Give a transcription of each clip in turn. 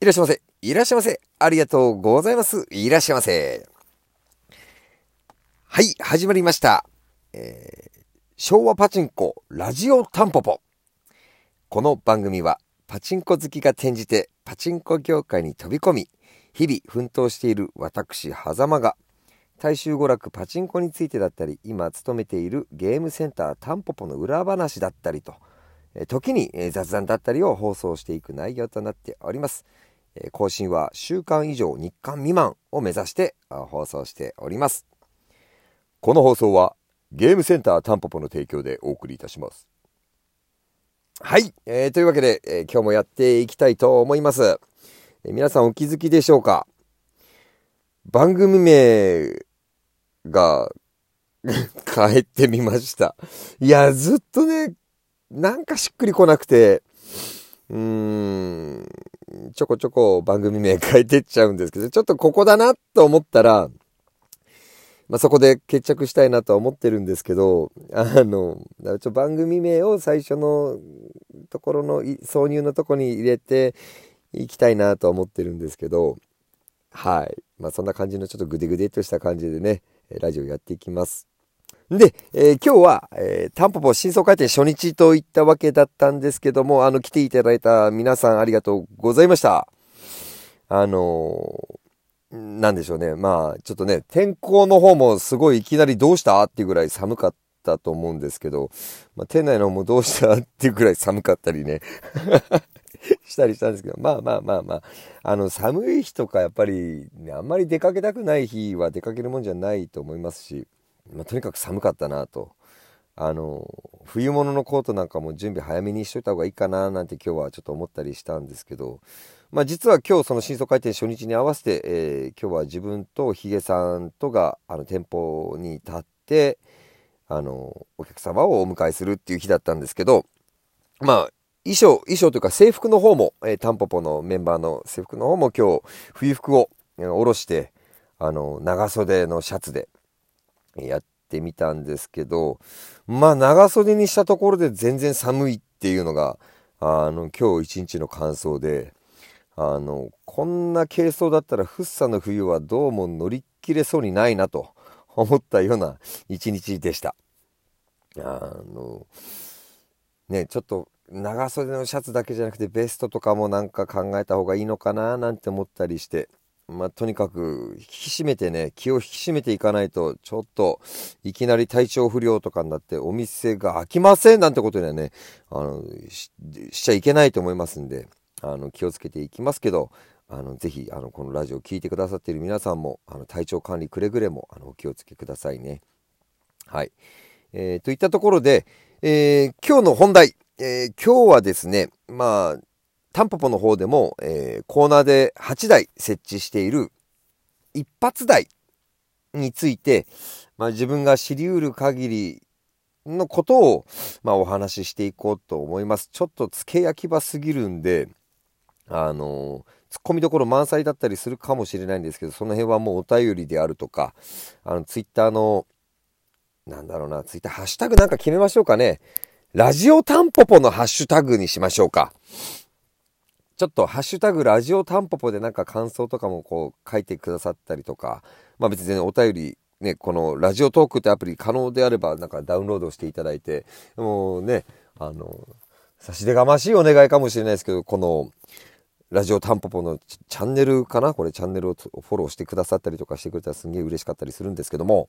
いらっしゃいませ。いらっしゃいませ。ありがとうございます。いらっしゃいませ。はい、始まりました。昭和パチンコラジオタンポポ。この番組はパチンコ好きが転じてパチンコ業界に飛び込み、日々奮闘している私、狭間が大衆娯楽パチンコについてだったり、今勤めているゲームセンタータンポポの裏話だったりと、時に雑談だったりを放送していく内容となっております。更新は週間以上日間未満を目指して放送しております。この放送はゲームセンタータンポポの提供でお送りいたします。はい、というわけで、今日もやっていきたいと思います。皆さんお気づきでしょうか？番組名が変えてみました。いや、ずっとね、なんかしっくりこなくて、ちょこちょこ番組名変えてっちゃうんですけど、ちょっとここだなと思ったら、そこで決着したいなとは思ってるんですけど、番組名を最初のところの挿入のところに入れていきたいなとは思ってるんですけど、はい。そんな感じのちょっとグデグデとした感じでね、ラジオやっていきます。で、今日は、タンポポ新装開店初日といったわけだったんですけども、来ていただいた皆さんありがとうございました。なんでしょうね。ちょっとね、天候の方もすごいいきなりどうしたっていうぐらい寒かったと思うんですけど、店内の方もどうしたっていうぐらい寒かったりね、したりしたんですけど、寒い日とかやっぱり、ね、あんまり出かけたくない日は出かけるもんじゃないと思いますし、とにかく寒かったなと。冬物のコートなんかも準備早めにしといた方がいいかななんて今日はちょっと思ったりしたんですけど、実は今日その新装開店初日に合わせて、今日は自分とヒゲさんとが店舗に立ってお客様をお迎えするっていう日だったんですけど、衣装というか制服の方も、タンポポのメンバーの制服の方も今日冬服を下ろして長袖のシャツでやってみたんですけど、長袖にしたところで全然寒いっていうのが今日一日の感想で、こんな軽装だったらフッサの冬はどうも乗り切れそうにないなと思ったような一日でした。ちょっと長袖のシャツだけじゃなくてベストとかもなんか考えた方がいいのかななんて思ったりして、とにかく引き締めてね、気を引き締めていかないと、ちょっといきなり体調不良とかになってお店が開きませんなんてことにはね、しちゃいけないと思いますんで、気をつけていきますけど、ぜひこのラジオを聞いてくださっている皆さんも体調管理くれぐれもお気をつけくださいね。はい。といったところで、今日の本題、今日はですね、タンポポの方でも、コーナーで8台設置している一発台について、自分が知り得る限りのことを、お話ししていこうと思います。ちょっと付け焼き場すぎるんで、突っ込みどころ満載だったりするかもしれないんですけど、その辺はもうお便りであるとか、ツイッターの、ツイッターハッシュタグなんか決めましょうかね。ラジオタンポポのハッシュタグにしましょうか。ちょっとハッシュタグラジオタンポポでなんか感想とかもこう書いてくださったりとか、別に、お便りね、このラジオトークってアプリ可能であればなんかダウンロードしていただいて、もうね、差し出がましいお願いかもしれないですけど、このラジオタンポポのチャンネルかな、これチャンネルをフォローしてくださったりとかしてくれたらすんげえ嬉しかったりするんですけども、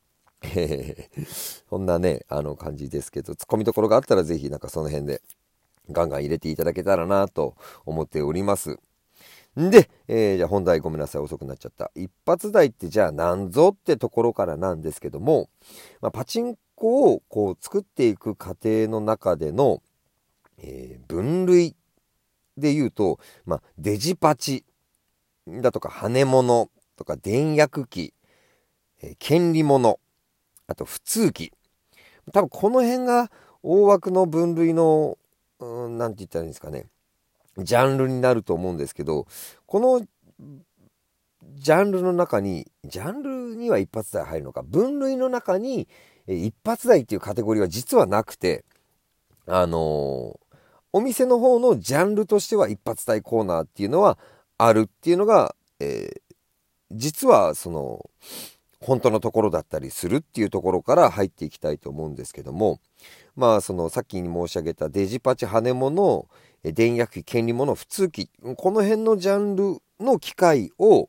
そんなね、感じですけど、ツッコミどころがあったらぜひなんかその辺でガンガン入れていただけたらなと思っております。で、じゃあ本題ごめんなさい、遅くなっちゃった。一発台ってじゃあ何ぞってところからなんですけども、パチンコをこう作っていく過程の中での、分類で言うと、デジパチだとか羽物とか電薬機、権利物、あと普通機。多分この辺が大枠の分類のなんて言ったらいいんですかね、ジャンルになると思うんですけど、このジャンルの中に、ジャンルには一発台入るのか、分類の中に一発台っていうカテゴリーは実はなくて、お店の方のジャンルとしては一発台コーナーっていうのはあるっていうのが、実はその本当のところだったりするっていうところから入っていきたいと思うんですけども、まあそのさっきに申し上げたデジパチ、ハネモノ、電薬機、権利モノ、普通機、この辺のジャンルの機械を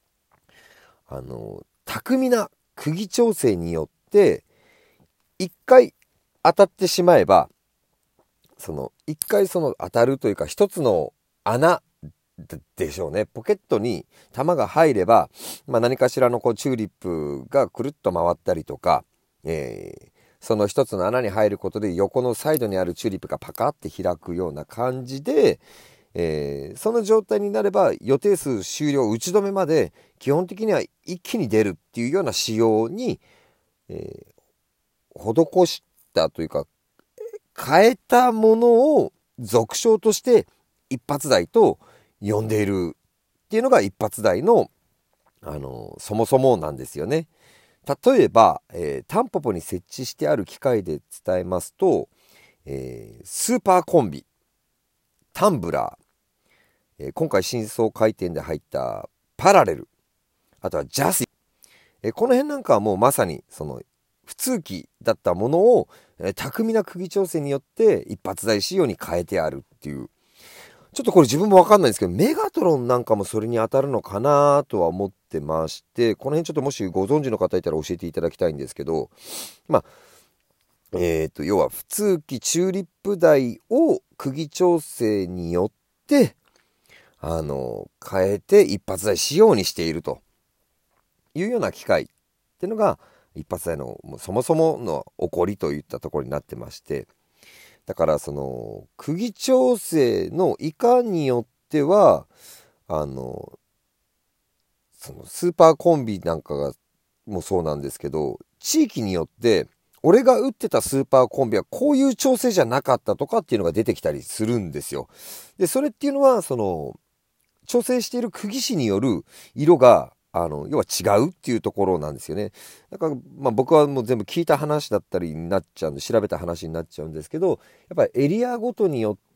巧みな釘調整によって一回当たってしまえば、一回当たるというか一つの穴でしょうね。ポケットに弾が入れば、まあ、何かしらのチューリップがくるっと回ったりとか、その一つの穴に入ることで横のサイドにあるチューリップがパカって開くような感じで、その状態になれば予定数終了打ち止めまで基本的には一気に出るっていうような仕様に、施したというか変えたものを俗称として一発台と呼んでいるっていうのが一発台の、そもそもなんですよね。例えば、タンポポに設置してある機械で伝えますと、スーパーコンビ、タンブラー、今回新装回転で入ったパラレル、あとはジャスイ、この辺なんかはもうまさにその普通機だったものを、巧みな釘調整によって一発台仕様に変えてあるっていう。ちょっとこれ自分もわかんないんですけど、メガトロンなんかもそれに当たるのかなとは思ってまして、この辺ちょっともしご存知の方いたら教えていただきたいんですけど、まあ、要は普通機チューリップ台を釘調整によって、変えて一発台仕様にしているというような機械っていうのが、一発台のそもそもの起こりといったところになってまして、だから釘調整のいかんによってはそのスーパーコンビなんかがもそうなんですけど、地域によって俺が打ってたスーパーコンビはこういう調整じゃなかったとかっていうのが出てきたりするんですよ。でそれっていうのは調整している釘師による色が要は違うっていうところなんですよね。だから、まあ僕はもう全部聞いた話だったりになっちゃうんで、調べた話になっちゃうんですけど、やっぱりエリアごとによって、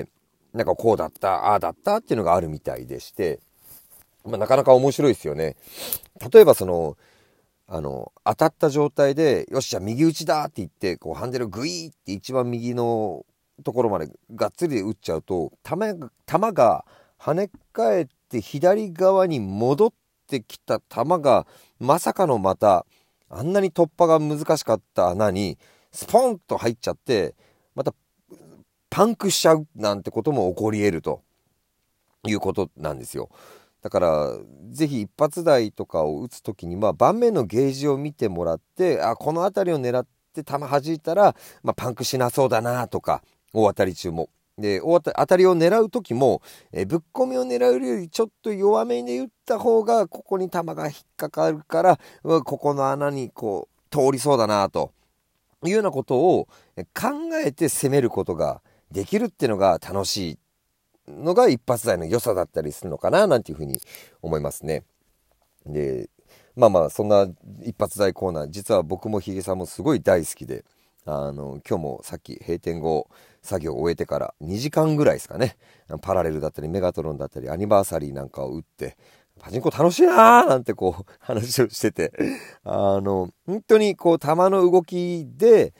なんかこうだった、ああだったっていうのがあるみたいでして、まあなかなか面白いですよね。例えば当たった状態で、よし、じゃあ右打ちだって言って、こうハンデルグイーって一番右のところまでがっつり打っちゃうと、球が跳ね返って左側に戻ってきた球がまさかのまたあんなに突破が難しかった穴にスポンと入っちゃってまたパンクしちゃうなんてことも起こり得るということなんですよ。だからぜひ一発台とかを打つときに盤面のゲージを見てもらって、この辺りを狙って球弾いたら、パンクしなそうだなとか、大当たり中もで当たりを狙う時も、ぶっ込みを狙うよりちょっと弱めに打った方がここに球が引っかかるから、ここの穴にこう通りそうだなというようなことを考えて攻めることができるっていうのが楽しいのが一発台の良さだったりするのかななんていうふうに思いますね。でそんな一発台コーナー、実は僕もヒゲさんもすごい大好きで、今日もさっき閉店後作業を終えてから2時間ぐらいですかね、パラレルだったりメガトロンだったりアニバーサリーなんかを打って、パチンコ楽しいなーなんてこう話をしてて、本当にこう球の動きで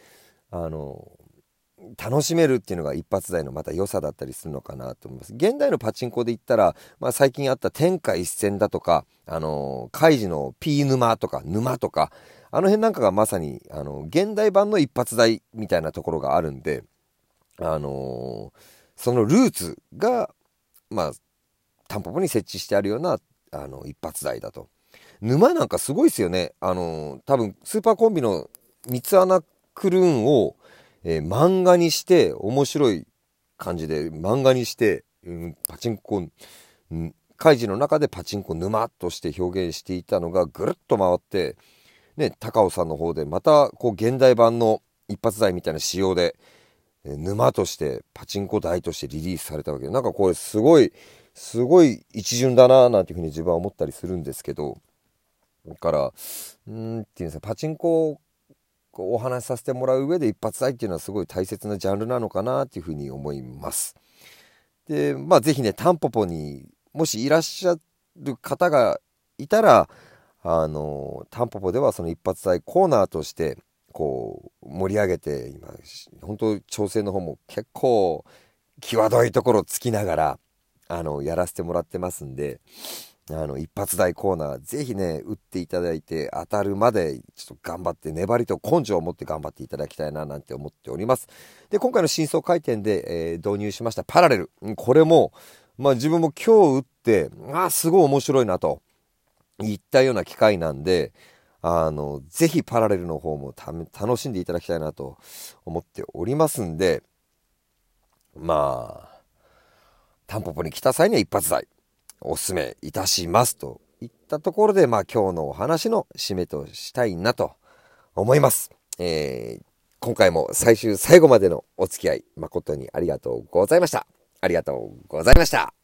楽しめるっていうのが一発台のまた良さだったりするのかなと思います。現代のパチンコで言ったら、最近あった天下一戦だとか、カイジの P 沼とか沼とか、あの辺なんかがまさに現代版の一発台みたいなところがあるんで、そのルーツがタンポポに設置してあるような一発台だと。沼なんかすごいですよね。多分スーパーコンビの三つ穴クルーンを漫画にして面白い感じで漫画にして、パチンコ、カイジの中でパチンコ沼として表現していたのがぐるっと回ってね、高尾さんの方でまたこう現代版の一発台みたいな仕様で沼としてパチンコ台としてリリースされたわけで、なんかこれすごい一巡だななんていうふうに自分は思ったりするんですけど、だからっていうんですか、パチンコをお話しさせてもらう上で一発台っていうのはすごい大切なジャンルなのかなっていうふうに思います。でぜひねタンポポにもしいらっしゃる方がいたら、タンポポではその一発祭コーナーとして、こう、盛り上げて、今、本当調整の方も結構、際どいところつきながら、やらせてもらってますんで、一発台コーナー、ぜひね、打っていただいて、当たるまで、ちょっと頑張って、粘りと根性を持って頑張っていただきたいな、なんて思っております。で、今回の新装回転で、導入しましたパラレル。これも、まあ自分も今日打って、すごい面白いなと、言ったような機会なんで、ぜひパラレルの方も楽しんでいただきたいなと思っておりますんで、まあ、タンポポに来た際には一発台。おすすめいたしますといったところで、まあ今日のお話の締めとしたいなと思います。今回も最終最後までのお付き合い誠にありがとうございました。ありがとうございました。